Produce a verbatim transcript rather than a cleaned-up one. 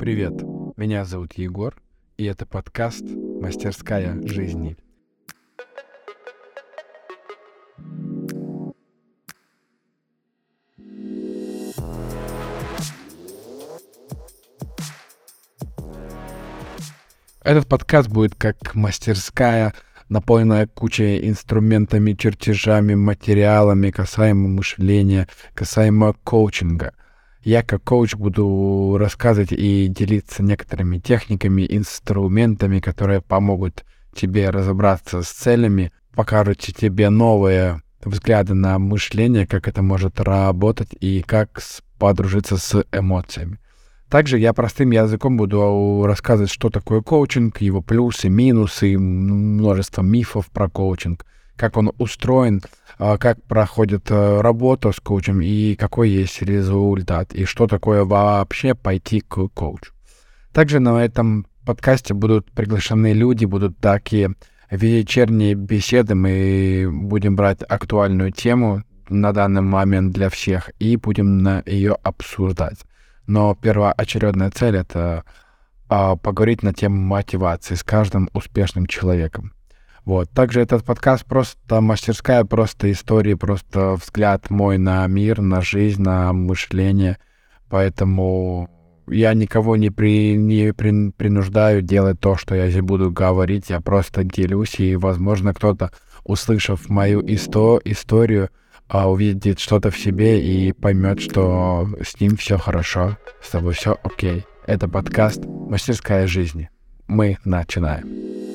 Привет, меня зовут Егор, и это подкаст «Мастерская жизни». Этот подкаст будет как мастерская, наполненная кучей инструментами, чертежами, материалами, касаемо мышления, касаемо коучинга. Я как коуч буду рассказывать и делиться некоторыми техниками, инструментами, которые помогут тебе разобраться с целями, покажут тебе новые взгляды на мышление, как это может работать и как подружиться с эмоциями. Также я простым языком буду рассказывать, что такое коучинг, его плюсы, минусы, множество мифов про коучинг, как он устроен, как проходит работа с коучем и какой есть результат, и что такое вообще пойти к коучу. Также на этом подкасте будут приглашены люди, будут такие вечерние беседы, мы будем брать актуальную тему на данный момент для всех и будем ее обсуждать. Но первоочередная цель — это а, поговорить на тему мотивации с каждым успешным человеком. Вот. Также этот подкаст просто мастерская, просто истории, просто взгляд мой на мир, на жизнь, на мышление. Поэтому я никого не, при, не при, принуждаю делать то, что я здесь буду говорить. Я просто делюсь, и, возможно, кто-то, услышав мою исто- историю, увидит что-то в себе и поймет, что с ним все хорошо, с тобой все окей. Это подкаст «Мастерская жизни». Мы начинаем.